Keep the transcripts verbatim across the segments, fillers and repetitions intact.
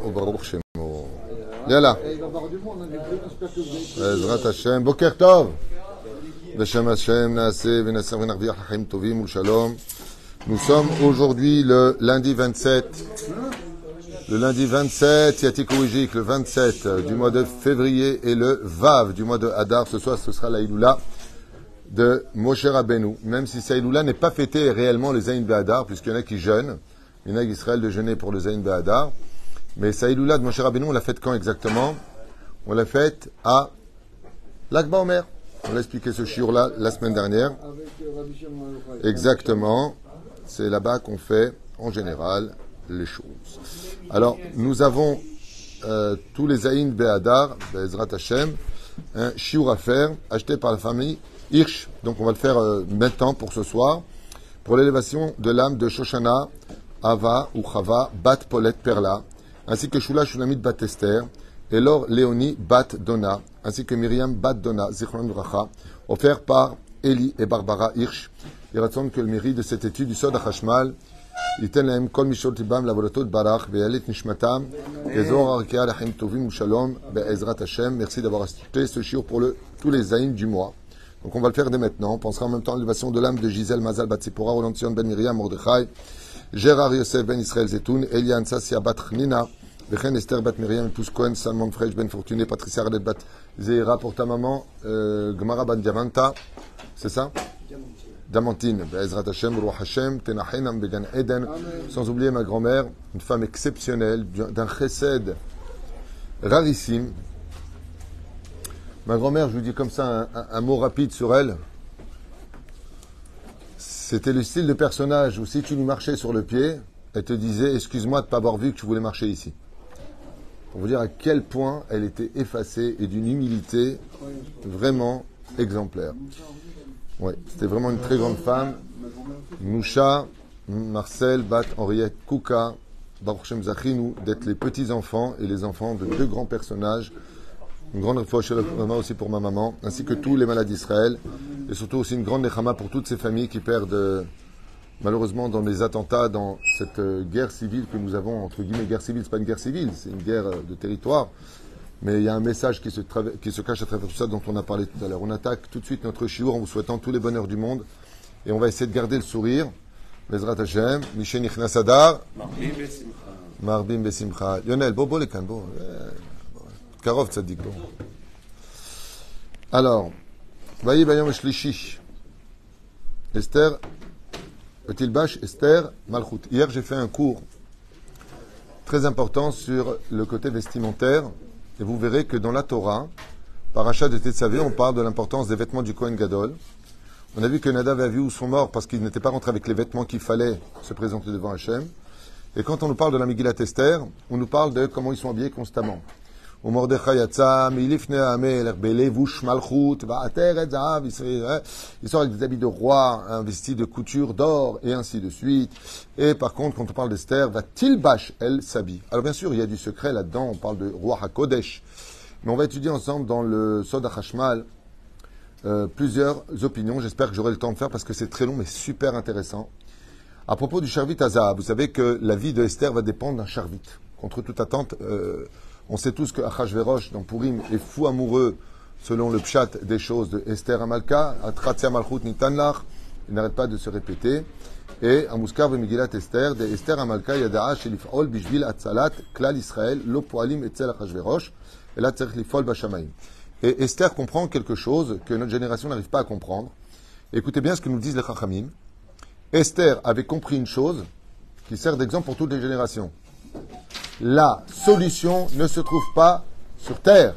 Baruch Shemo. Yalla. Ezrat Hashem. Boker Tov. Beshem Hashem, Naaseh, Venaser, Venarviach, Chaim Tovim, Shalom. Nous sommes aujourd'hui le lundi vingt-sept. Le lundi vingt-sept, Yatikouijik, le vingt-sept du mois de février et le Vav du mois de Hadar. Ce soir, ce sera la Iloula de Moshe Rabbeinu. Même si sa Iloula n'est pas fêtée réellement le Zayin Behadar, puisqu'il y en a qui jeûnent. Il y en a Israël de jeûner pour le Zayin Behadar. Mais sa Iloula de Moshe Rabbeinu, on l'a faite quand exactement? On l'a faite à l'Akba Omer. On l'a expliqué ce shiur-là la semaine dernière. Exactement. C'est là-bas qu'on fait, en général, les choses. Alors, nous avons euh, tous les Zayin Behadar, Be'ezrat Hashem, un shiur à faire, acheté par la famille Hirsch. Donc, on va le faire euh, maintenant pour ce soir, pour l'élévation de l'âme de Shoshana, Ava ou Chava, Bat Polet Perla, ainsi que Shula Shulamit Bat Esther, et Laure Léonie Bat Donna, ainsi que Myriam Bat Donna, Zichron Bracha, offert par Eli et Barbara Hirsch. Il raconte que le mérite de cette étude du Sod HaChashmal, ייתן להם כל משאול ליבם לעבודתו יתברך ויעלה את נשמתם כאזור הרקיעה לחיים טובים ושלום בעזרת השם. Merci d'avoir acheté ce shiur pour le, tous les zaïns du mois. Donc on va le faire dès maintenant. On pensera en même temps à l'élévation de l'âme de Gisèle Mazal Bat Tzipora, Roland Sion Ben Miriam Mordechai, Gérard Yosef Ben Israël Zetoun, Eliane Sassia Bat Chnina, Bechen Esther Bat Miriam, épouse Cohen, Salman Fresh Ben Fortuné, Patricia Arlet Bat Zeira pour ta maman, euh, Gmara Ban Diamanta, c'est ça? Damantine, Be'ezrat Hashem, Ruach Hashem, Tenachenam Began Eden, sans oublier ma grand-mère, une femme exceptionnelle, d'un chesed rarissime. Ma grand-mère, je vous dis comme ça un, un, un mot rapide sur elle. C'était le style de personnage où si tu lui marchais sur le pied, elle te disait « Excuse-moi de ne pas avoir vu que tu voulais marcher ici ». Pour vous dire à quel point elle était effacée et d'une humilité vraiment exemplaire. Oui, c'était vraiment une très grande femme. Moucha, Marcel, Bat, Henriette, Kouka, Baruch Shem Zachinu, d'être les petits-enfants et les enfants de deux grands personnages. Une grande fois chez la maman aussi pour ma maman, ainsi que tous les malades d'Israël. Et surtout aussi une grande nechama pour toutes ces familles qui perdent, malheureusement, dans les attentats, dans cette guerre civile que nous avons, entre guillemets, guerre civile, c'est pas une guerre civile, c'est une guerre de territoire. Mais il y a un message qui se, trava- qui se cache à travers tout ça dont on a parlé tout à l'heure. On attaque tout de suite notre shiur en vous souhaitant tous les bonheurs du monde. Et on va essayer de garder le sourire. Bezrat Hashem, Mishen Nichnas Adar. Marbim Besimcha. Marbim Besimcha. Lionel, Bobo Lekan, Bo. Karov Tzadik, Bo. Alors, Vayi Bayom Shlishi. Esther, Tilbash, Esther, Malchut. Hier, j'ai fait un cours très important sur le côté vestimentaire. Et vous verrez que dans la Torah, Parashat de Tetzavé, on parle de l'importance des vêtements du Kohen Gadol. On a vu que Nadav et Avihu sont morts parce qu'ils n'étaient pas rentrés avec les vêtements qu'il fallait se présenter devant Hachem. Et quand on nous parle de la Megillat Esther, on nous parle de comment ils sont habillés constamment. Au Mordechai Yatsa, Milifne Hamelech, Belevush Malchut, Va'ater et Zahav, ils sont avec des habits de roi, investis de couture d'or, et ainsi de suite. Et par contre, quand on parle d'Esther, va Tilbash, elle s'habille. Alors bien sûr, il y a du secret là-dedans, on parle de roi HaKodesh. Mais on va étudier ensemble dans le Sod HaChashmal euh, plusieurs opinions. J'espère que j'aurai le temps de faire parce que c'est très long mais super intéressant. À propos du Charvit Hazahav, vous savez que la vie de Esther va dépendre d'un Charvit. Contre toute attente, euh, on sait tous que Achashverosh, dans Purim, est fou amoureux, selon le pshat des choses de Esther Amalka, Atratzia Malchut Nitanlach, il n'arrête pas de se répéter. Et Amuskar Vemigillat Esther, de Esther Amalka Yada'a Shelif'ol Bishvil Atzalat Klal Israël Lo Poalim Etzel Achashverosh, et là Tzerich Lifol Bashamayim. Et Esther comprend quelque chose que notre génération n'arrive pas à comprendre. Écoutez bien ce que nous disent les Chachamim. Esther avait compris une chose qui sert d'exemple pour toutes les générations. La solution ne se trouve pas sur terre.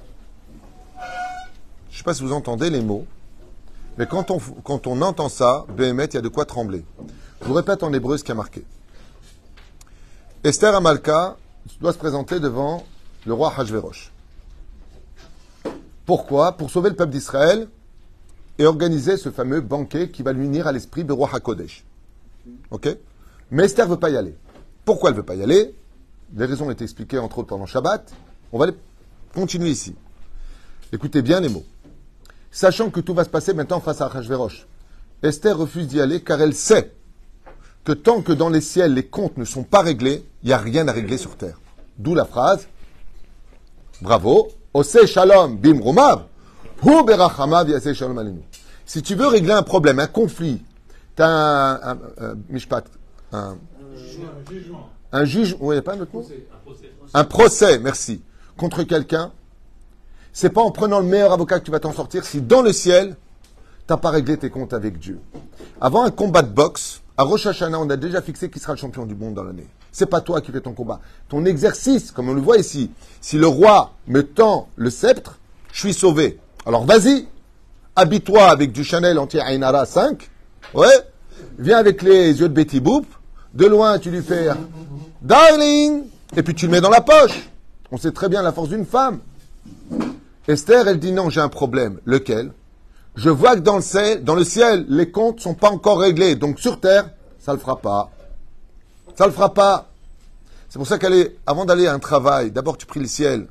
Je ne sais pas si vous entendez les mots, mais quand on, quand on entend ça, Béhémet, il y a de quoi trembler. Je vous répète en hébreu ce qui a marqué. Esther Amalka doit se présenter devant le roi Hachvérosh. Pourquoi? Pour sauver le peuple d'Israël et organiser ce fameux banquet qui va l'unir à l'esprit de roi HaKodesh. Ok? Mais Esther ne veut pas y aller. Pourquoi elle ne veut pas y aller? Les raisons ont été expliquées entre autres pendant Shabbat. On va les continuer ici. Écoutez bien les mots. Sachant que tout va se passer maintenant face à Achashverosh, Esther refuse d'y aller car elle sait que tant que dans les ciels les comptes ne sont pas réglés, il n'y a rien à régler sur terre. D'où la phrase, bravo, Ose Shalom Bim Rumav, Hu Berachamav Yaseh Shalom Alenu. Si tu veux régler un problème, un conflit, tu as un, un, un, un mishpat, un, un jugement. Un juge, oui, il n'y a pas un autre mot ? Un procès. Un procès, merci. Contre quelqu'un, c'est pas en prenant le meilleur avocat que tu vas t'en sortir si dans le ciel, tu n'as pas réglé tes comptes avec Dieu. Avant un combat de boxe, à Rosh Hashanah, on a déjà fixé qui sera le champion du monde dans l'année. C'est pas toi qui fais ton combat. Ton exercice, comme on le voit ici, si le roi me tend le sceptre, je suis sauvé. Alors vas-y, habille-toi avec du Chanel anti-Ainara cinq, ouais, viens avec les yeux de Betty Boop, de loin tu lui fais « Darling !» et puis tu le mets dans la poche. On sait très bien la force d'une femme. Esther, elle dit non, j'ai un problème. Lequel ? Je vois que dans le ciel, dans le ciel, les comptes ne sont pas encore réglés. Donc sur terre, ça ne le fera pas. Ça ne le fera pas. C'est pour ça qu'elle est, avant d'aller à un travail, d'abord tu pries le ciel.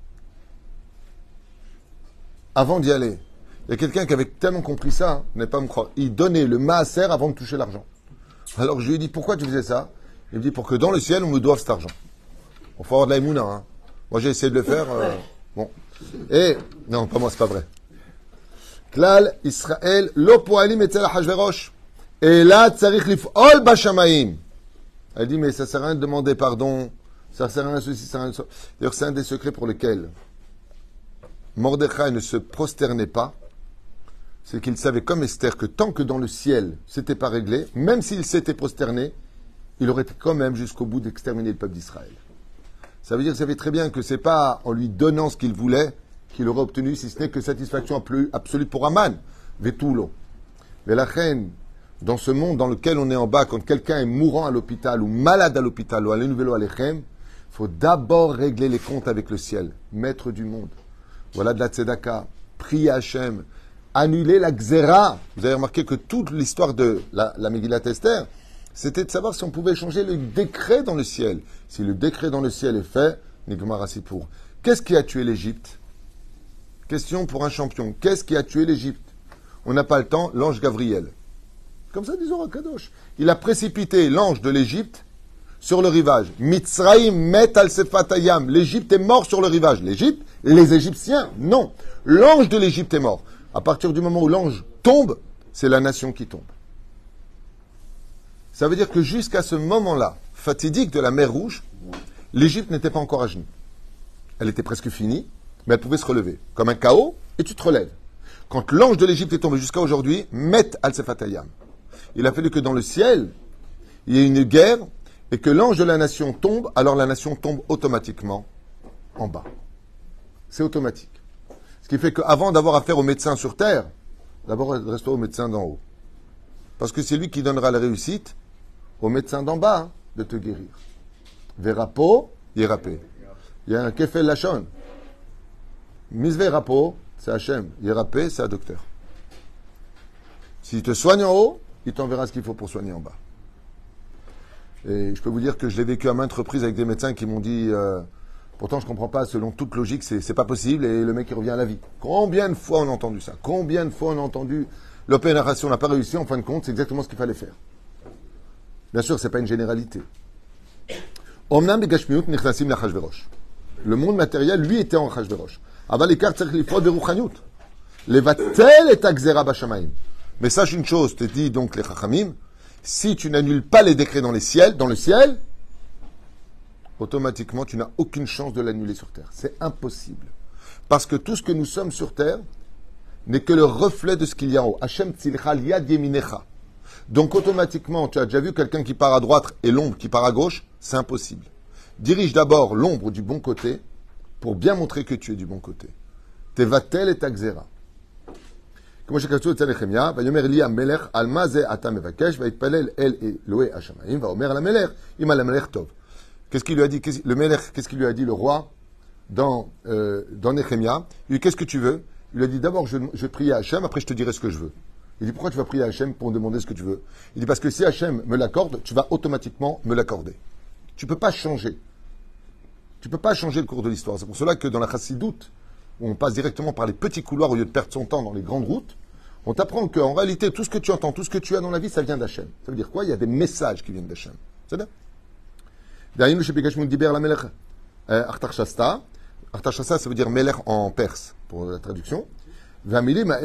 Avant d'y aller. Il y a quelqu'un qui avait tellement compris ça, hein, n'est pas me croire. Il donnait le maaser avant de toucher l'argent. Alors je lui ai dit, pourquoi tu faisais ça ? Il me dit, pour que dans le ciel, on me doive cet argent. Il faut avoir de la émouna, hein. Moi j'ai essayé de le faire. Euh, bon. Et, non, pas moi, c'est pas vrai. Klal Israël, lo poalim etzel Hachverosh. Et là, tzarich lif'ol bashamaim. Elle dit, mais ça sert à rien de demander pardon. Ça sert à rien de ceci, ça sert à rien de ça. D'ailleurs, c'est un des secrets pour lesquels Mordechai ne se prosternait pas. C'est qu'il savait, comme Esther, que tant que dans le ciel, c'était pas réglé, même s'il s'était prosterné, il aurait été quand même jusqu'au bout d'exterminer le peuple d'Israël. Ça veut dire qu'il savait très bien que c'est pas en lui donnant ce qu'il voulait qu'il aurait obtenu, si ce n'est que satisfaction absolue pour Aman. Vetulo. Mais la reine, dans ce monde dans lequel on est en bas, quand quelqu'un est mourant à l'hôpital ou malade à l'hôpital ou à l'Enouvelo Alechem, il faut d'abord régler les comptes avec le ciel, maître du monde. Voilà de la tzedaka, prier Hachem, annuler la xéra. Vous avez remarqué que toute l'histoire de la, la Megillat Esther, c'était de savoir si on pouvait changer le décret dans le ciel. Si le décret dans le ciel est fait, Nigmar Asipour. Qu'est-ce qui a tué l'Égypte ? Question pour un champion. Qu'est-ce qui a tué l'Égypte ? On n'a pas le temps, l'ange Gabriel. Comme ça, disons à Kadosh. Il a précipité l'ange de l'Égypte sur le rivage. Mitzraïm met al sefatayam. L'Égypte est mort sur le rivage. L'Égypte, les Égyptiens, non. L'ange de l'Égypte est mort. À partir du moment où l'ange tombe, c'est la nation qui tombe. Ça veut dire que jusqu'à ce moment-là, fatidique de la mer Rouge, l'Égypte n'était pas encore à genoux. Elle était presque finie, mais elle pouvait se relever. Comme un chaos, et tu te relèves. Quand l'ange de l'Égypte est tombé jusqu'à aujourd'hui, met al-Sefatayam. Il a fallu que dans le ciel, il y ait une guerre, et que l'ange de la nation tombe, alors la nation tombe automatiquement en bas. C'est automatique. Ce qui fait qu'avant d'avoir affaire aux médecins sur terre, d'abord reste aux médecins d'en haut. Parce que c'est lui qui donnera la réussite aux médecins d'en bas hein, de te guérir. Verapo, Yerapé. Il y a un Kefel Lachon. Misve Rapo, c'est Hachem. Yerapé, c'est un docteur. S'il te soigne en haut, il t'enverra ce qu'il faut pour soigner en bas. Et je peux vous dire que je l'ai vécu à maintes reprises avec des médecins qui m'ont dit euh, pourtant je ne comprends pas, selon toute logique, c'est, c'est pas possible, et le mec il revient à la vie. Combien de fois on a entendu ça ? Combien de fois on a entendu l'opération n'a pas réussi, en fin de compte, c'est exactement ce qu'il fallait faire. Bien sûr, ce n'est pas une généralité. Omnam begashmiut nichnasim la Hachverosh. Le monde matériel, lui, était en Hachverosh. Aval ekar tzarich lifrod beruchaniut. Levatel et agzera bashamaim. Mais sache une chose, te dit donc les Chachamim, si tu n'annules pas les décrets dans les ciels, dans le ciel, automatiquement, tu n'as aucune chance de l'annuler sur terre. C'est impossible. Parce que tout ce que nous sommes sur terre n'est que le reflet de ce qu'il y a en haut. Hashem tzilcha yad yeminecha. Donc automatiquement, tu as déjà vu quelqu'un qui part à droite et l'ombre qui part à gauche, c'est impossible. Dirige d'abord l'ombre du bon côté pour bien montrer que tu es du bon côté. Tevatel et taxera. כמו שכתוב אצל נחמיה, ויאמר לי המלך, על מה זה אתה מבקש, ויתפלל אל אלוהי השמיים, ואומר על המלך, אם על המלך טוב. Qu'est-ce qu'il lui a dit, le Melech, qu'est-ce qu'il lui a dit, le roi, dans, euh, dans Nehemia? Il lui dit, qu'est-ce que tu veux? Il lui a dit, d'abord, je, je prie à Hachem, après je te dirai ce que je veux. Il dit, pourquoi tu vas prier à Hachem pour me demander ce que tu veux? Il dit, parce que si Hachem me l'accorde, tu vas automatiquement me l'accorder. Tu ne peux pas changer. Tu ne peux pas changer le cours de l'histoire. C'est pour cela que dans la Chassidoute, où on passe directement par les petits couloirs au lieu de perdre son temps dans les grandes routes, on t'apprend qu'en réalité, tout ce que tu entends, tout ce que tu as dans la vie, ça vient d'Hachem. Ça veut dire quoi? Il y a des messages qui viennent d'Hachem. C'est bien. Artaxasta. Artaxasta, ça veut dire Melech en perse, pour la traduction. On a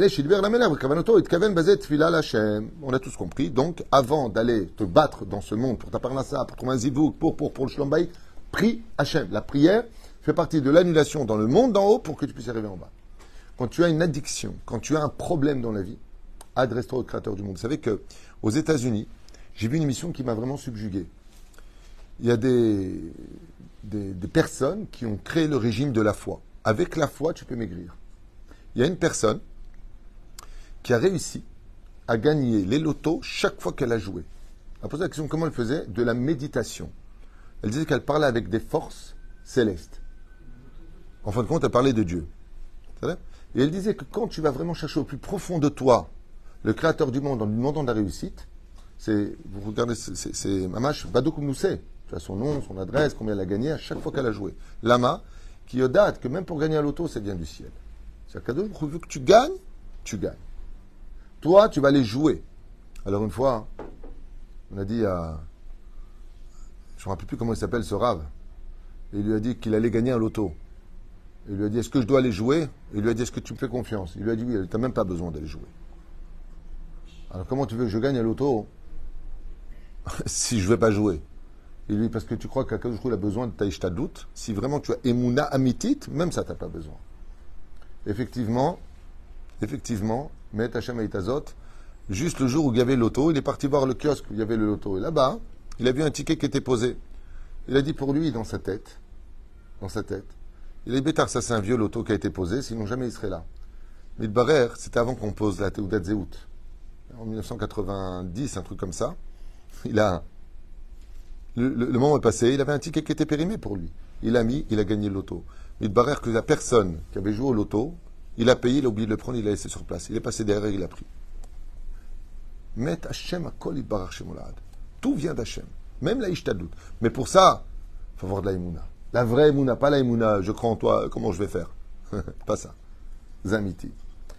tous compris. Donc, avant d'aller te battre dans ce monde pour ta parnassa, pour ton zivouk, pour, pour, pour le shlom bayit, prie Hachem. La prière fait partie de l'annulation dans le monde d'en haut pour que tu puisses arriver en bas. Quand tu as une addiction, quand tu as un problème dans la vie, adresse-toi au Créateur du monde. Vous savez que aux États-Unis, j'ai vu une émission qui m'a vraiment subjugué. Il y a des, des, des personnes qui ont créé le régime de la foi. Avec la foi, tu peux maigrir. Il y a une personne qui a réussi à gagner les lotos chaque fois qu'elle a joué. Elle a posé la question comment elle faisait de la méditation. Elle disait qu'elle parlait avec des forces célestes. En fin de compte, elle parlait de Dieu. Et elle disait que quand tu vas vraiment chercher au plus profond de toi le Créateur du monde en lui demandant de la réussite, c'est, vous regardez, c'est, c'est Mamash Badou Koumnoussé. Tu as son nom, son adresse, combien elle a gagné à chaque fois qu'elle a joué. Lama, qui date que même pour gagner à l'auto, c'est bien du ciel. C'est un cadeau, vu que tu gagnes, tu gagnes. Toi, tu vas aller jouer. Alors une fois, on a dit à... Je ne me rappelle plus comment il s'appelle ce rave. Et il lui a dit qu'il allait gagner à l'auto. Il lui a dit, est-ce que je dois aller jouer? Et il lui a dit, est-ce que tu me fais confiance? Il lui a dit, oui, tu n'as même pas besoin d'aller jouer. Alors comment tu veux que je gagne à l'auto si je ne vais pas jouer? Il lui dit, parce que tu crois qu'à quel jour il a besoin de ta ishtadout? Si vraiment tu as Emouna Amitit, même ça, tu n'as pas besoin. Effectivement, effectivement, Met Hashem Aitazot, juste le jour où il y avait l'auto, il est parti voir le kiosque où il y avait le loto. Et là-bas, il a vu un ticket qui était posé. Il a dit pour lui, dans sa tête, dans sa tête, il a dit, Bétar, ça c'est un vieux loto qui a été posé, sinon jamais il serait là. Mais le Barer, c'était avant qu'on pose la Teudat Zéhout. En mille neuf cent quatre-vingt-dix, un truc comme ça. Il a, le, le, le moment est passé, il avait un ticket qui était périmé pour lui. Il a mis, il a gagné le loto. Mais il barère que la personne qui avait joué au loto, il a payé, il a oublié de le prendre, il l'a laissé sur place. Il est passé derrière, il a pris. Met Hashem akol itbarach shemolad. Tout vient d'Hachem. Même la ishtadout. Mais pour ça, il faut avoir de la imuna. La vraie imuna, pas la imuna, je crois en toi, comment je vais faire? Pas ça. Zamiti.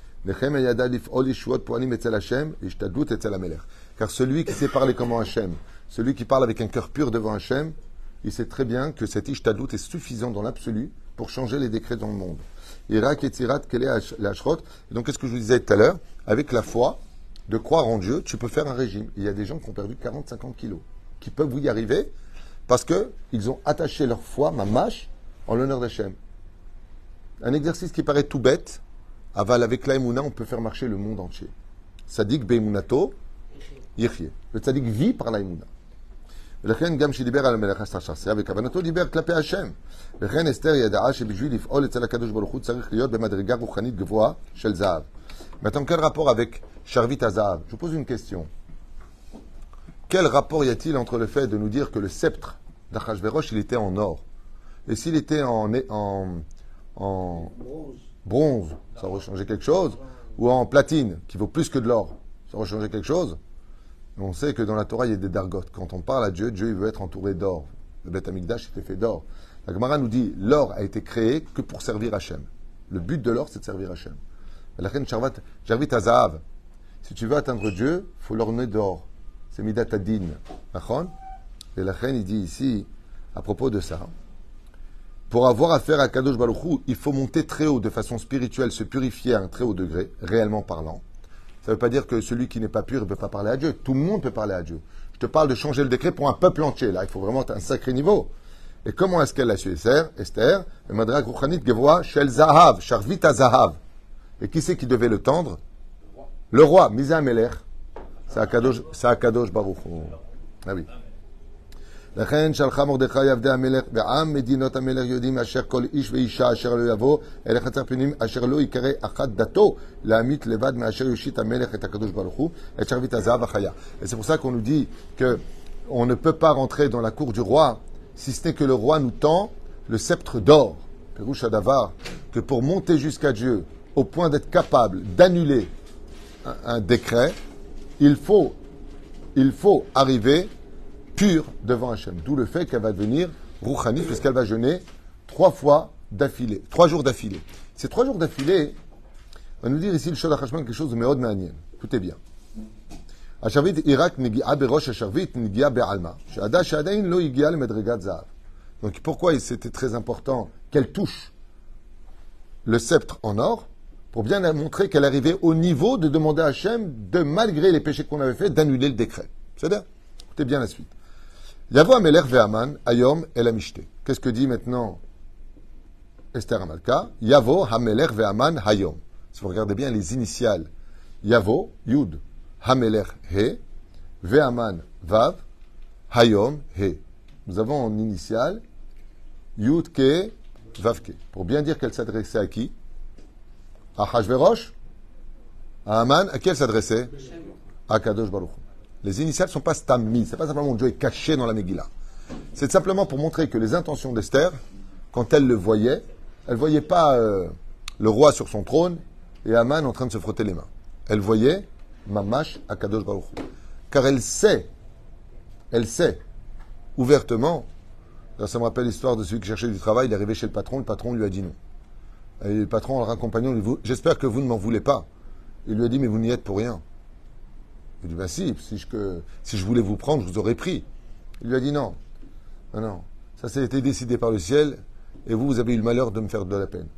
Car celui qui sait parler comment Hachem, celui qui parle avec un cœur pur devant Hachem, il sait très bien que cette ishtadout est suffisant dans l'absolu pour changer les décrets dans le monde. Irak et Tirat, quel est l'ashrot? Et donc, qu'est-ce que je vous disais tout à l'heure? Avec la foi, de croire en Dieu, tu peux faire un régime. Il y a des gens qui ont perdu quarante à cinquante kilos, qui peuvent y arriver parce qu'ils ont attaché leur foi, ma mâche, en l'honneur d'Hachem. Un exercice qui paraît tout bête, aval avec la Emouna, on peut faire marcher le monde entier. Sadik be'emunato, yichye. Le tzadik vit par la Emouna. ולכן גם שדיבר על המלך אסתר וכוונתו דיבר כלפי השם. לכן אסתר ידעה שבשביל לפעול אצל הקדוש ברוך הוא צריך להיות במדרגה רוחנית גבוהה של זהב. Maintenant, quel rapport avec Sharvit Hazahav? Je vous pose une question. Quel rapport y a-t-il entre le fait de nous dire que le sceptre d'Achashverosh, il était en or? Et s'il était en, en, en bronze, ça aurait changé quelque chose? Ou en platine, qui vaut plus que de l'or, ça aurait changé quelque chose? On sait que dans la Torah, il y a des dargotes. Quand on parle à Dieu, Dieu il veut être entouré d'or. Le Beth Amikdash était fait d'or. La Gemara nous dit, l'or a été créé que pour servir Hachem. Le but de l'or, c'est de servir Hachem. La reine Sharvit Hazahav, si tu veux atteindre Dieu, il faut l'orner d'or. C'est Midat Adin. Et la reine, il dit ici, à propos de ça, pour avoir affaire à Kadosh Baruch Hu, il faut monter très haut de façon spirituelle, se purifier à un très haut degré, réellement parlant. Ça ne veut pas dire que celui qui n'est pas pur ne peut pas parler à Dieu. Tout le monde peut parler à Dieu. Je te parle de changer le décret pour un peuple entier. Là, il faut vraiment un sacré niveau. Et comment est-ce qu'elle l'a su, Esther? Esther, le Madrak Ruchanit Gevoa, Shel Zahav, Sharvit Hazahav. Et qui c'est qui devait le tendre? Le roi, Misa Amelech. C'est Akadosh Baruch Hu. Ah oui. לכן שלחה מרדכי עבדי המלך בעם מדינות המלך יודעים אשר כל איש ואישה אשר לא יבוא אל חצר פנים אשר לא יקרא אחת דתו להמית לבד מאשר יושיט המלך את הקדוש ברוך הוא את שרביט הזהב החיה. Et c'est pour ça qu'on nous dit que on ne peut pas rentrer dans la cour du roi si ce n'est que le roi nous tend le sceptre d'or. Pérouche Adavar, que pour monter jusqu'à Dieu au point d'être capable d'annuler un, un décret, il faut il faut arriver pure devant Hachem. D'où le fait qu'elle va devenir Rouchani, puisqu'elle va jeûner trois fois d'affilée, trois jours d'affilée. Ces trois jours d'affilée, on va nous dire ici le Shod HaChashman quelque chose de méod ma'anien. Écoutez bien. Hashavit Irak negi'a berosh hashavit negi'a be'alma. She'ada she'adain lo yigia lemedregat zahav. Donc pourquoi c'était très important qu'elle touche le sceptre en or? Pour bien montrer qu'elle arrivait au niveau de demander à Hachem, de, malgré les péchés qu'on avait fait, d'annuler le décret. C'est-à-dire, écoutez bien la suite. Yavo Amelech ve'aman, ayom el amishte. Qu'est-ce que dit maintenant Esther Amalka? Yavo Hamelech ve'aman, hayom. Si vous regardez bien les initiales, Yavo, Yud, Hamelech, He, ve'aman, Vav, hayom, He. Nous avons en initiale Yud, Ke, Vav, Ke. Pour bien dire qu'elle s'adressait à qui? À Hachvérosh, à Haman, à qui elle s'adressait? À Kadosh Baruch Hu. Les initiales ne sont pas stammi, c'est pas simplement Dieu est caché dans la Megillah. C'est simplement pour montrer que les intentions d'Esther, quand elle le voyait, elle ne voyait pas euh, le roi sur son trône et Haman en train de se frotter les mains. Elle voyait Mamash à Kadosh Baruch Hu. Car elle sait, elle sait, ouvertement, là, ça me rappelle l'histoire de celui qui cherchait du travail, il est arrivé chez le patron, le patron lui a dit non. Et le patron, en le raccompagnant, lui dit, j'espère que vous ne m'en voulez pas. Il lui a dit, mais vous n'y êtes pour rien. Il dit, ben si, si je, que, si je voulais vous prendre, je vous aurais pris. Il lui a dit, non, non, non, ça s'est été décidé par le ciel, et vous, vous avez eu le malheur de me faire de la peine.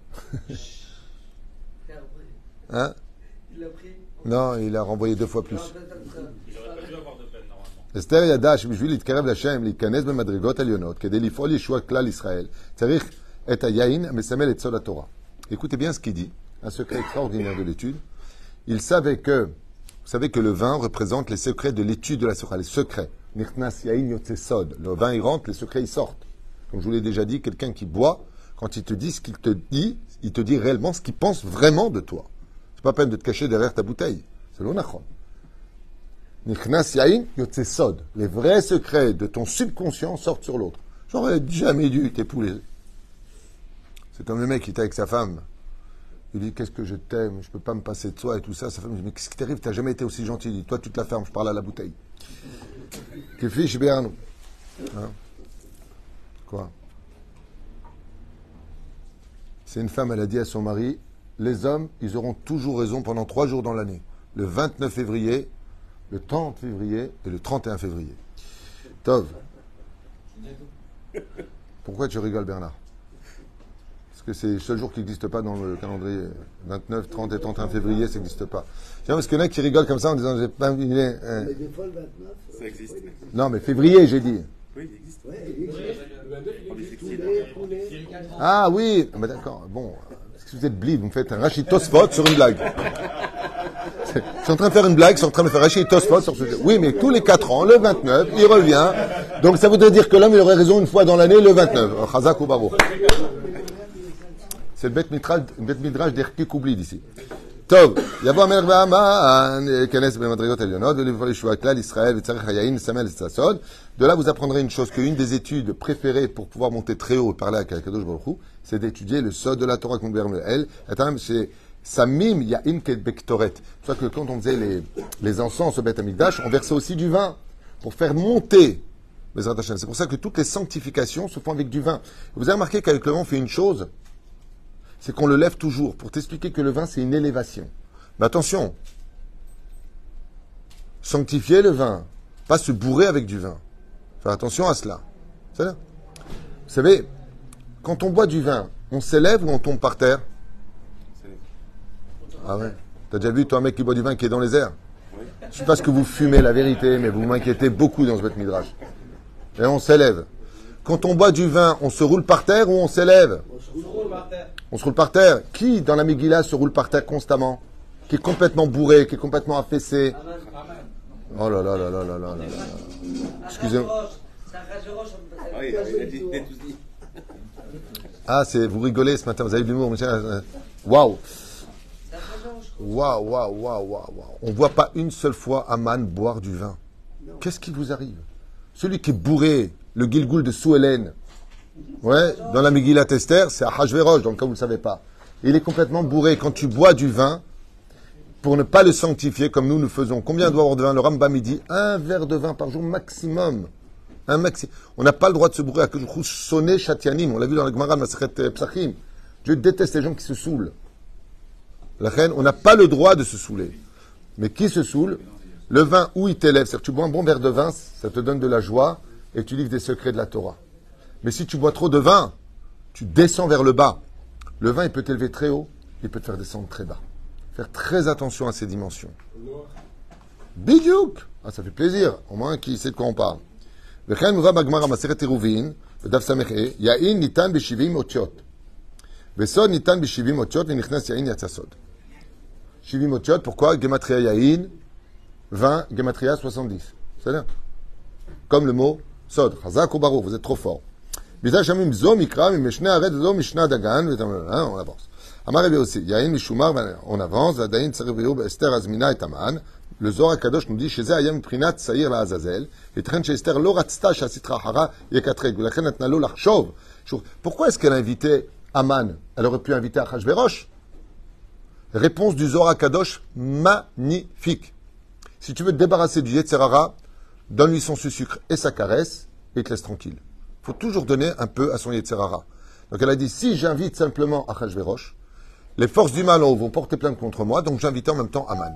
Hein? Il l'a pris? Non, il a renvoyé deux fois plus. Il aurait pas dû avoir de peine, normalement. Esther yada, שבשביל להתקרב להשם, להיכנס במדרגות עליונות, כדי לפעול ישוע כלל ישראל, צריך את היין המסמל את סוד התורה. Écoutez bien ce qu'il dit, un secret extraordinaire de l'étude. Il savait que, vous savez que le vin représente les secrets de l'étude de la Torah, les secrets. Nichnas yain yotze sod. Le vin, il rentre, les secrets, ils sortent. Comme je vous l'ai déjà dit, quelqu'un qui boit, quand il te dit ce qu'il te dit, il te dit réellement ce qu'il pense vraiment de toi. C'est pas peine de te cacher derrière ta bouteille. C'est l'onachon. Nichnas yain yotze sod. Les vrais secrets de ton subconscient sortent sur l'autre. J'aurais jamais dû t'épouler. C'est comme le mec qui était avec sa femme. Il dit, qu'est-ce que je t'aime, je peux pas me passer de toi et tout ça. Sa femme dit, mais qu'est-ce qui t'arrive, t'as jamais été aussi gentil. Il dit, toi tu te la fermes, je parle à la bouteille. Que fiche bien. Hein? Quoi? C'est une femme, elle a dit à son mari, les hommes, ils auront toujours raison pendant trois jours dans l'année. Le vingt-neuf février, le trente février et le trente et un février. Tov. Pourquoi tu rigoles, Bernard? Parce que c'est le seul jour qui n'existe pas dans le calendrier. vingt-neuf, trente et trente et un février, ça n'existe pas. Tiens, parce qu'il y en a qui rigolent comme ça en disant, j'ai pas vu. Hein. Mais des fois, le vingt-neuf, ça existe. Non, mais février, j'ai dit. Oui, il existe. Ouais, il existe. Ah oui, mais d'accord. Bon, est-ce que vous êtes blide? Vous me faites un Rachid Tosfot sur une blague. Je suis en train de faire une blague, je suis en train de faire Rachid Tosfot sur ce. Oui, mais tous les quatre ans, le vingt-neuf, il revient. Donc ça voudrait dire que l'homme, il aurait raison une fois dans l'année, le vingt-neuf. Chazak ou Baruch. C'est le bête midrash d'Erki Koubli d'ici. Tov, yavo Amelech ve'aman, kenes b'madrigot elionot, ve'livol yeshua klal Israël, ve'tzarech hayayin, samel tzasod. De là, vous apprendrez une chose, qu'une des études préférées pour pouvoir monter très haut et parler avec Kadosh Baruch Hu, c'est d'étudier le sod de la Torah qu'on verme elle. C'est samim yain ket bektoret. C'est pour ça que quand on faisait les, les encens au Beth Amikdash, on versait aussi du vin pour faire monter. C'est pour ça que toutes les sanctifications se font avec du vin. Vous avez remarqué qu'avec le vin, on fait une chose, c'est qu'on le lève toujours, pour t'expliquer que le vin, c'est une élévation. Mais attention, sanctifier le vin, pas se bourrer avec du vin. Faire attention à cela. C'est là. Vous savez, quand on boit du vin, on s'élève ou on tombe par terre? Ah ouais. T'as déjà vu, toi, un mec qui boit du vin qui est dans les airs? Oui. Je ne sais pas ce que vous fumez, la vérité, mais vous m'inquiétez beaucoup dans ce bête midrash. Et on s'élève. Quand on boit du vin, on se roule par terre ou on s'élève? On se roule par terre. On se roule par terre. Qui, dans la Megillah, se roule par terre constamment? Qui est complètement bourré, qui est complètement affaissé? Oh là là là là là là là là. Excusez-moi. Ah, c'est, vous rigolez ce matin, vous avez de l'humour, monsieur. Waouh! Waouh, waouh, waouh, waouh. On ne voit pas une seule fois Aman boire du vin. Qu'est-ce qui vous arrive? Celui qui est bourré, le Gilgoul de Sou-Hélène, ouais, dans la Megillat Esther, c'est à Hachvérosh, dans le cas où vous ne le savez pas. Il est complètement bourré. Quand tu bois du vin, pour ne pas le sanctifier, comme nous nous faisons, combien doit avoir de vin? Le Rambam, il dit un verre de vin par jour maximum. Un maxi. On n'a pas le droit de se bourrer à que je sonner chatianim. On l'a vu dans la Gemara de Masechet Psachim. Dieu déteste les gens qui se saoulent. La reine, on n'a pas le droit de se saouler. Mais qui se saoule? Le vin, où il t'élève. C'est-à-dire que tu bois un bon verre de vin, ça te donne de la joie et tu livres des secrets de la Torah. Mais si tu bois trop de vin, tu descends vers le bas. Le vin, il peut t'élever très haut, il peut te faire descendre très bas. Faire très attention à ces dimensions. Bidiouk. Ah, ça fait plaisir. Au moins, qui sait de quoi on parle. וכן מובא בגמרא מסכת עירובין, בדף ס"ה, יין ניתן ב-שבעים אותיות. וסוד ניתן ב-שבעים אותיות, ונכנס יין יצא סוד. שבעים אותיות, pourquoi? Gematria yain, vingt, Gematria soixante-dix. C'est-à-dire, comme le mot sod. Chazak ou barou, vous êtes trop fort. Bizarre shamim zo mikra, mimeshne aret zo mishna dagan, on avance. Amar Rabbi aussi, yain mishumar, on avance, vadayin tzareveu b'ester azmina et aman. Le Zohar Kadosh nous dit chez Ayam Prinat Saïr la Azazel et Tren chez Esther Loratzta Shasitra Hara Yekatreg. Pourquoi est-ce qu'elle a invité Aman? Elle aurait pu inviter Achashverosh. Réponse du Zohar Kadosh magnifique. Si tu veux te débarrasser du Yetzer Hara, donne-lui son sucre et sa caresse et il te laisse tranquille. Il faut toujours donner un peu à son Yetzer Hara. Donc elle a dit si j'invite simplement Achashverosh, les forces du mal vont porter plainte contre moi, donc j'invite en même temps Aman.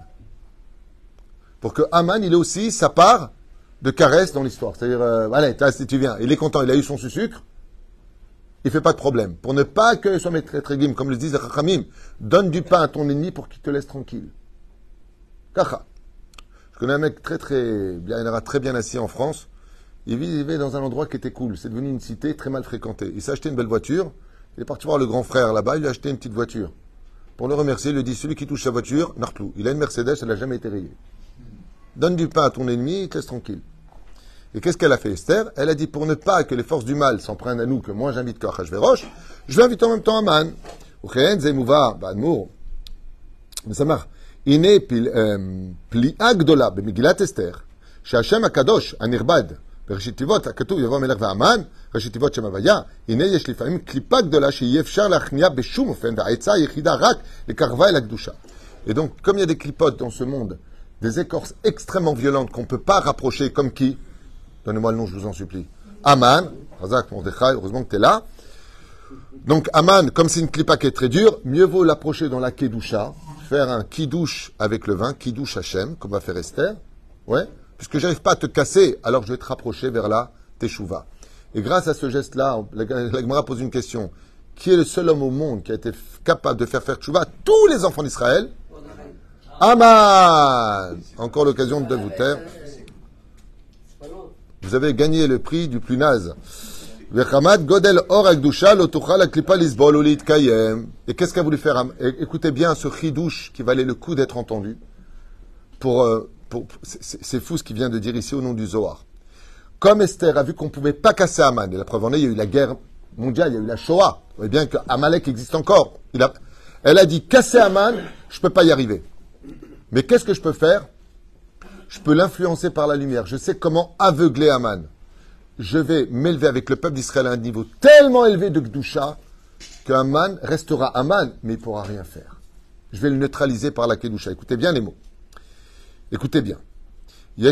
Pour que Aman, il ait aussi sa part de caresse dans l'histoire. C'est-à-dire, euh, allez, si tu viens, il est content, il a eu son sucre, il fait pas de problème. Pour ne pas que soit très très gim, comme le disent les Chachamim, donne du pain à ton ennemi pour qu'il te laisse tranquille. Kacha. Je connais un mec très très bien, il aura très bien assis en France. Il vivait dans un endroit qui était cool. C'est devenu une cité très mal fréquentée. Il s'est acheté une belle voiture. Il est parti voir le grand frère là-bas, il lui a acheté une petite voiture. Pour le remercier, il lui dit, celui qui touche sa voiture, Nartlou. Il a une Mercedes, elle n'a jamais été rayée. Donne du pain à ton ennemi, il te laisse tranquille. Et qu'est-ce qu'elle a fait, Esther? Elle a dit, pour ne pas que les forces du mal s'en prennent à nous, que moi j'invite Achashverosh, je vais inviter en même temps Aman. Uchen, Zemouva, Ba'admour. Mais ça marche. Iné plia gdola, b'Megillat Esther, שהשם הקדוש, הנרבד, בראשית תיבות, הכתוב יבוא מלך והמן, ראשית תיבות שם הוויה, הנה יש לפעמים קליפה גדולה שאי אפשר להכניע בשום אופן, והעצה היחידה רק לקרבה אל הקדושה. Et donc, comme il y a des clipotes dans ce monde, des écorces extrêmement violentes qu'on ne peut pas rapprocher, comme qui? Donnez-moi le nom, je vous en supplie. Aman, Razak Mordechai, heureusement que tu es là. Donc, Aman, comme c'est une clipa qui est très dure, mieux vaut l'approcher dans la Kedusha, faire un kidouche avec le vin, kidouche Hachem, comme va faire Esther. Ouais, puisque j'arrive pas à te casser, alors je vais te rapprocher vers la Teshuvah. Et grâce à ce geste-là, la, la Gemara pose une question. Qui est le seul homme au monde qui a été capable de faire faire Teshuvah tous les enfants d'Israël? Aman! Encore l'occasion de vous taire. Vous avez gagné le prix du plus naze. Et qu'est-ce qu'a voulu faire? Écoutez bien ce chidouche qui valait le coup d'être entendu. Pour, euh, pour, c'est, c'est fou ce qu'il vient de dire ici au nom du Zohar. Comme Esther a vu qu'on ne pouvait pas casser Aman, et la preuve en est, il y a eu la guerre mondiale, il y a eu la Shoah. Vous voyez bien que Amalek existe encore. Il a, elle a dit, casser Aman, je ne peux pas y arriver. Mais qu'est-ce que je peux faire? Je peux l'influencer par la lumière. Je sais comment aveugler Aman. Je vais m'élever avec le peuple d'Israël à un niveau tellement élevé de Kedusha que Aman restera Aman, mais il ne pourra rien faire. Je vais le neutraliser par la Kedusha. Écoutez bien les mots. Écoutez bien. Il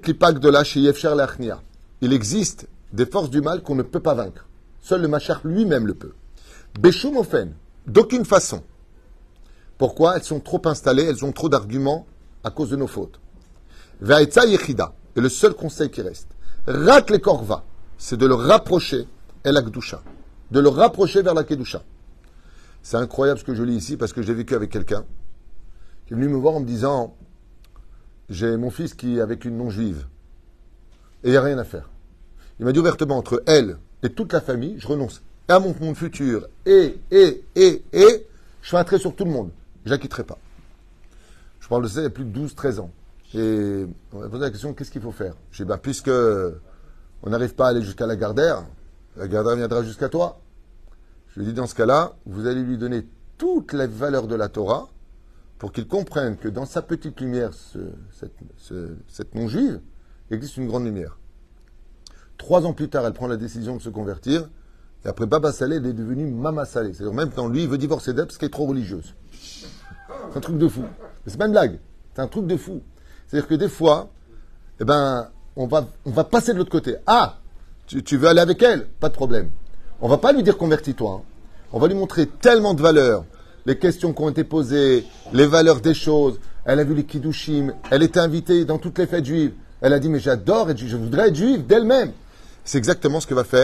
existe des forces du mal qu'on ne peut pas vaincre. Seul le Machar lui-même le peut. Beshum Ofen, d'aucune façon. Pourquoi? Elles sont trop installées, elles ont trop d'arguments à cause de nos fautes. Ve'aitza yechida, et le seul conseil qui reste, rak le korva, c'est de le rapprocher et la kedusha, de le rapprocher vers la kedusha. C'est incroyable ce que je lis ici parce que j'ai vécu avec quelqu'un qui est venu me voir en me disant, j'ai mon fils qui est avec une non-juive et il n'y a rien à faire. Il m'a dit ouvertement, entre elle et toute la famille, je renonce à mon monde futur et, et, et, et, je fais un trait sur tout le monde. Je ne la quitterai pas. Je parle de ça il y a plus de douze treize ans. Et on m'a posé la question, qu'est-ce qu'il faut faire? J'ai dit, ben, puisque on n'arrive pas à aller jusqu'à la Gardère, la Gardère viendra jusqu'à toi. Je lui ai dit, dans ce cas-là, vous allez lui donner toutes les valeurs de la Torah pour qu'il comprenne que dans sa petite lumière, ce, cette, ce, cette non-juive, existe une grande lumière. Trois ans plus tard, elle prend la décision de se convertir. Et après Baba Saleh, elle est devenue Mama Saleh. C'est-à-dire même quand lui, il veut divorcer d'elle parce qu'elle est trop religieuse. C'est un truc de fou. Mais c'est pas une blague. C'est un truc de fou. C'est-à-dire que des fois, eh ben, on va, on va passer de l'autre côté. Ah, tu, tu veux aller avec elle? Pas de problème. On va pas lui dire convertis-toi. Hein. On va lui montrer tellement de valeurs. Les questions qui ont été posées, les valeurs des choses. Elle a vu les kiddushim. Elle était invitée dans toutes les fêtes juives. Elle a dit, mais j'adore être juive. Je voudrais être juive d'elle-même. C'est exactement ce que va faire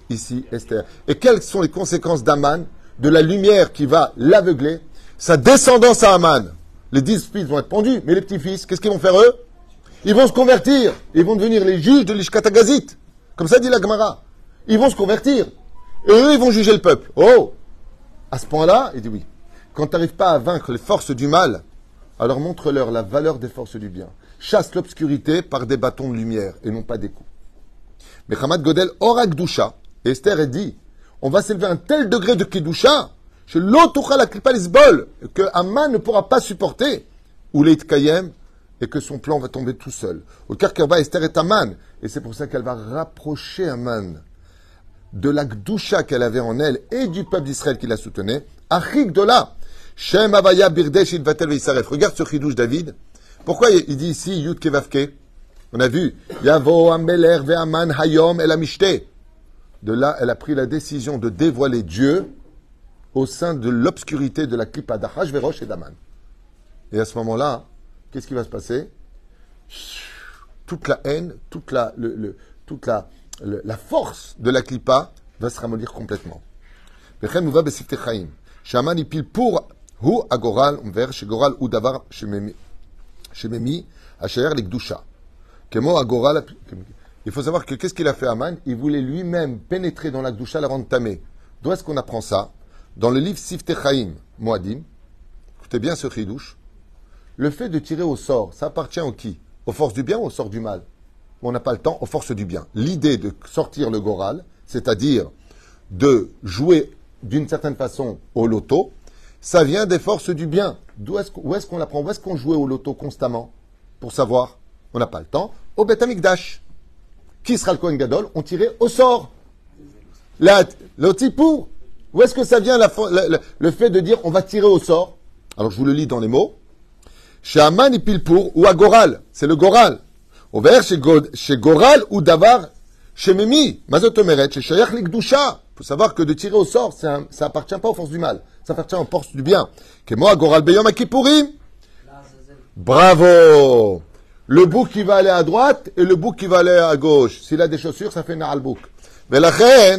ici Esther. Et quelles sont les conséquences d'Aman, de la lumière qui va l'aveugler? Sa descendance à Aman. Les dix fils vont être pendus, mais les petits-fils, qu'est-ce qu'ils vont faire eux? Ils vont se convertir. Ils vont devenir les juges de l'Ishkatagazit. Comme ça dit la Gemara. Ils vont se convertir. Et eux, ils vont juger le peuple. Oh! À ce point-là, il dit oui. Quand tu n'arrives pas à vaincre les forces du mal, alors montre-leur la valeur des forces du bien. Chasse l'obscurité par des bâtons de lumière et non pas des coups. Mais Hamad Godel, Orak Doucha, et Esther a dit, on va s'élever à un tel degré de Kedusha, chez l'Otoucha la Kripa Lisbol, que Aman ne pourra pas supporter, ou l'Eit Kayem, et que son plan va tomber tout seul. Au Karkerba, Esther est Aman, et c'est pour ça qu'elle va rapprocher Aman de la Gdusha qu'elle avait en elle et du peuple d'Israël qui la soutenait. Achik de là, Shem Avaya Birdesh Ilvatel Veisaref. Regarde ce chidouche David. Pourquoi il dit ici Yud Kevavke? On a vu Yavo Ameler Ve'aman Hayom El Amishte. De là, elle a pris la décision de dévoiler Dieu au sein de l'obscurité de la clipa d'Achashverosh et d'Aman. Et à ce moment-là, qu'est-ce qui va se passer? Toute la haine, toute la, le, le, toute la, le, la force de la clipa va se ramollir complètement. Vechen Mouva Besifte Chaim. Shaman il pile pour Hu Agoral Umver Shegoral Udavar Shememi Asher Likdusha. Kemo Agoral. Il faut savoir que qu'est-ce qu'il a fait Aman? Il voulait lui-même pénétrer dans la Gdusha, la rendre tamée. D'où est-ce qu'on apprend ça? Dans le livre Sifte Chaim, Moadim. Écoutez bien ce chidouche. Le fait de tirer au sort, ça appartient au qui? Aux forces du bien ou aux forces du mal? On n'a pas le temps, aux forces du bien. L'idée de sortir le goral, c'est-à-dire de jouer d'une certaine façon au loto, ça vient des forces du bien. D'où est-ce, où est-ce qu'on l'apprend? Où est-ce qu'on jouait au loto constamment? Pour savoir, on n'a pas le temps. Au Beth Amikdash. Qui sera le Kohen Gadol? On tirait au sort. La, le tipou. Où est-ce que ça vient la, la, la, le fait de dire on va tirer au sort? Alors je vous le lis dans les mots. Chez Aman et Pilpour ou à Goral. C'est le Goral. Au vert chez, God, chez Goral ou Davar chez Memi. Mazotomeret chez Shayach Likdusha. Il faut savoir que de tirer au sort, ça appartient pas aux forces du mal. Ça appartient aux forces du bien. Que moi, Goral Beyom Akipurim. Bravo! Le bouc qui va aller à droite et le bouc qui va aller à gauche. S'il a des chaussures, ça fait Nahal Bouk. Mais la reine,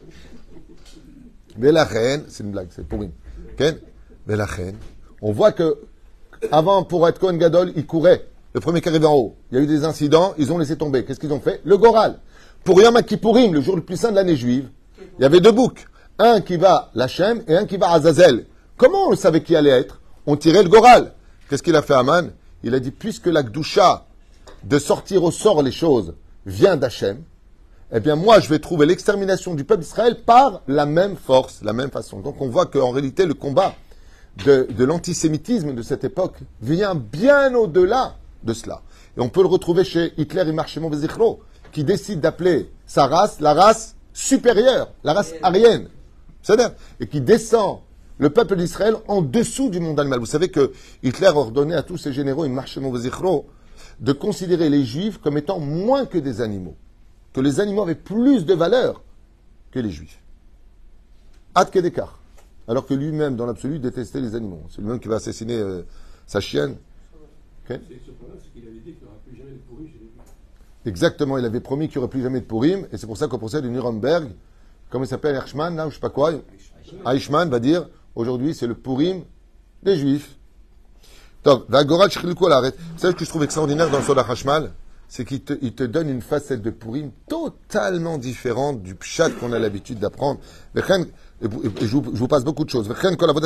mais la reine, c'est une blague, c'est pour une. Okay? Mais la reine, on voit que avant, pour être Kohen Gadol, il courait. Le premier qui arrive en haut. Il y a eu des incidents, ils ont laissé tomber. Qu'est-ce qu'ils ont fait? Le Goral. Pour Yom Kippourim, le jour le plus saint de l'année juive, il y avait deux boucs. Un qui va Lachem et un qui va Azazel. Comment on savait qui allait être? On tirait le Goral. Qu'est-ce qu'il a fait Aman? Il a dit, puisque la Gdusha de sortir au sort les choses vient d'Hachem, eh bien moi je vais trouver l'extermination du peuple d'Israël par la même force, la même façon. Donc on voit qu'en réalité le combat de, de l'antisémitisme de cette époque vient bien au-delà de cela. Et on peut le retrouver chez Hitler et Marshemon Bezichro, qui décide d'appeler sa race la race supérieure, la race aryenne. C'est-à-dire, et qui descend le peuple d'Israël en dessous du monde animal. Vous savez que Hitler ordonnait à tous ses généraux, et Marshemon Bezichro, de considérer les Juifs comme étant moins que des animaux. Que les animaux avaient plus de valeur que les Juifs. Ad Kedekar. Alors que lui-même, dans l'absolu, détestait les animaux. C'est lui-même qui va assassiner euh, sa chienne. Okay. C'est surprenant, c'est qu'il avait dit qu'il n'y aura plus jamais de Purim chez les Juifs. Exactement, il avait promis qu'il n'y aurait plus jamais de Purim, et c'est pour ça qu'au procès de Nuremberg, comme il s'appelle Eichmann, là, ou je sais pas quoi, Eichmann va dire, aujourd'hui, c'est le Purim des Juifs. Donc, Vagorat Shrilko l'arrête. Vous savez ce que je trouve extraordinaire dans le Soda Hashmal? C'est qu'il te, il te donne une facette de Purim totalement différente du pshat qu'on a l'habitude d'apprendre. Et je vous, je vous passe beaucoup de choses.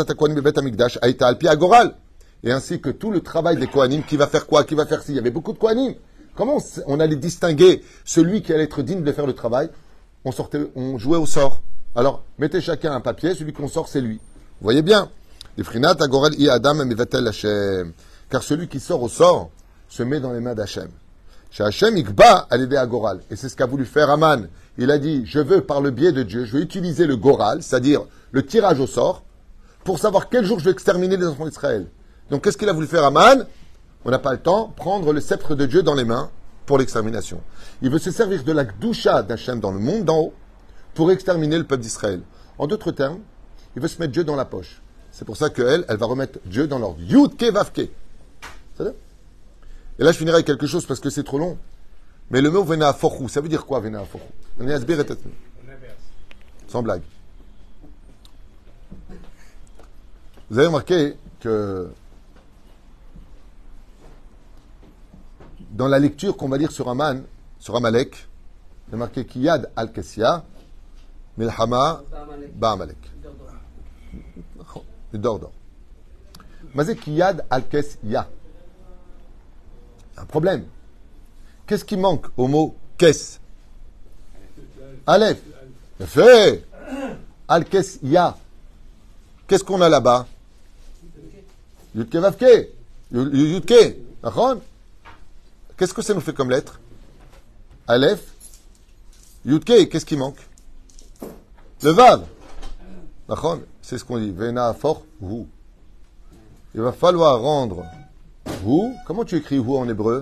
Et ainsi que tout le travail des Kohanim, qui va faire quoi, qui va faire ci. Il y avait beaucoup de Kohanim. Comment on allait distinguer celui qui allait être digne de faire le travail? On sortait, on jouait au sort. Alors, mettez chacun un papier, celui qu'on sort, c'est lui. Vous voyez bien? Car celui qui sort au sort se met dans les mains d'Hachem. Chez Hachem, Ikba a l'aider à Goral. Et c'est ce qu'a voulu faire Aman. Il a dit, je veux, par le biais de Dieu, je vais utiliser le Goral, c'est-à-dire le tirage au sort, pour savoir quel jour je vais exterminer les enfants d'Israël. Donc, qu'est-ce qu'il a voulu faire Aman? On n'a pas le temps. Prendre le sceptre de Dieu dans les mains pour l'extermination. Il veut se servir de la Gdusha d'Hachem dans le monde d'en haut pour exterminer le peuple d'Israël. En d'autres termes, il veut se mettre Dieu dans la poche. C'est pour ça qu'elle, elle va remettre Dieu dans l'ordre. Yud ke vav ke. C'est-à-dire? Et là, je finirai avec quelque chose parce que c'est trop long. Mais le mot vena forchou, ça veut dire quoi vena forchou? On est asbir et Sans blague. Vous avez remarqué que dans la lecture qu'on va lire sur Aman, sur Amalek, il y a marqué Kiyad al-Kessia, Milhama Ba'amalek. Dordor. Mais c'est Kiyad al-Kessia. Un problème. Qu'est-ce qui manque au mot Kes? Aleph. Fait. Al-Kessia. Qu'est-ce qu'on a là-bas? Yudke Vavke. Yudke. Qu'est-ce que ça nous fait comme lettre? Aleph. Yudke. Qu'est-ce qui manque? Le Vav. C'est ce qu'on dit. Vena for hu. Il va falloir rendre hu. Comment tu écris hu en hébreu?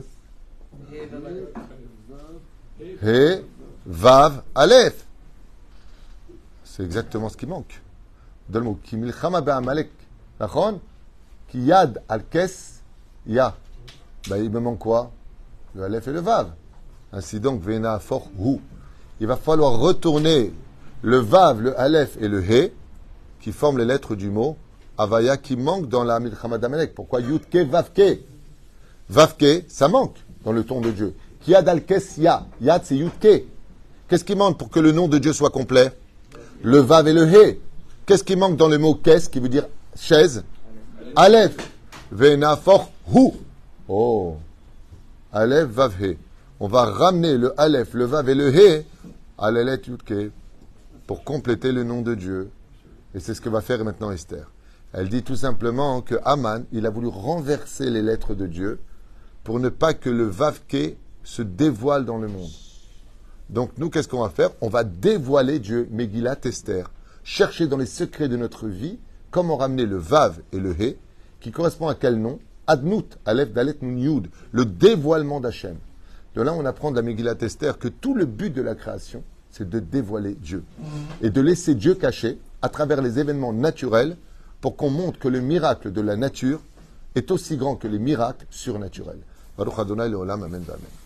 He, Vav, Aleph. C'est exactement ce qui manque. Dans le mot Ki milchama be'amalek. D'accord? Ki yad al-kes ya. Ben, il me manque quoi? Le Aleph et le Vav. Ainsi donc, Vena for hu. Il va falloir retourner le Vav, le Aleph et le He qui forment les lettres du mot Avaya qui manque dans la milchama d'Amalek. Pourquoi? Yudke, Vavke. Vavke, ça manque dans le ton de Dieu. Yad al-kes ya. Yad, c'est Yudke. Qu'est-ce qui manque pour que le nom de Dieu soit complet? Le Vav et le He. Qu'est-ce qui manque dans le mot Kes, qui veut dire chaise? Aleph. Vena for hu. Oh. Aleph, Vav, He. On va ramener le Aleph, le Vav et le He à la lettre Yudke pour compléter le nom de Dieu. Et c'est ce que va faire maintenant Esther. Elle dit tout simplement que Aman, il a voulu renverser les lettres de Dieu pour ne pas que le Vavke se dévoile dans le monde. Donc nous, qu'est-ce qu'on va faire? On va dévoiler Dieu, Megillat Esther. Chercher dans les secrets de notre vie comment ramener le Vav et le He, qui correspond à quel nom? Adnout, Aleph, Dalet, Nun, Yud, le dévoilement d'Hachem. De là, on apprend de la Megillat Esther que tout le but de la création, c'est de dévoiler Dieu. Et de laisser Dieu caché à travers les événements naturels pour qu'on montre que le miracle de la nature est aussi grand que les miracles surnaturels. Baruch Adonai Leolam, Amen, Amen.